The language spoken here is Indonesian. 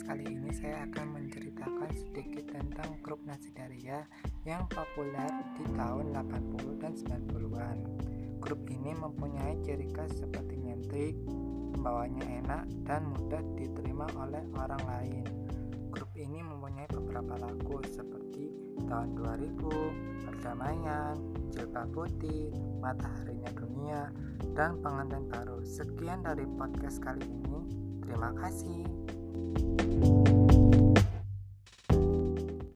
kali ini saya akan menceritakan sedikit tentang grup Nasidaria yang populer di tahun 80 dan 90-an. Grup ini mempunyai ciri khas seperti nyentrik, pembawanya enak, dan mudah diterima oleh orang lain. Grup ini mempunyai beberapa lagu seperti Tahun 2000, Perdamaian, Jilbab Putih, Mataharinya Dunia, dan Pengantin Baru. Sekian dari podcast kali ini. Terima kasih.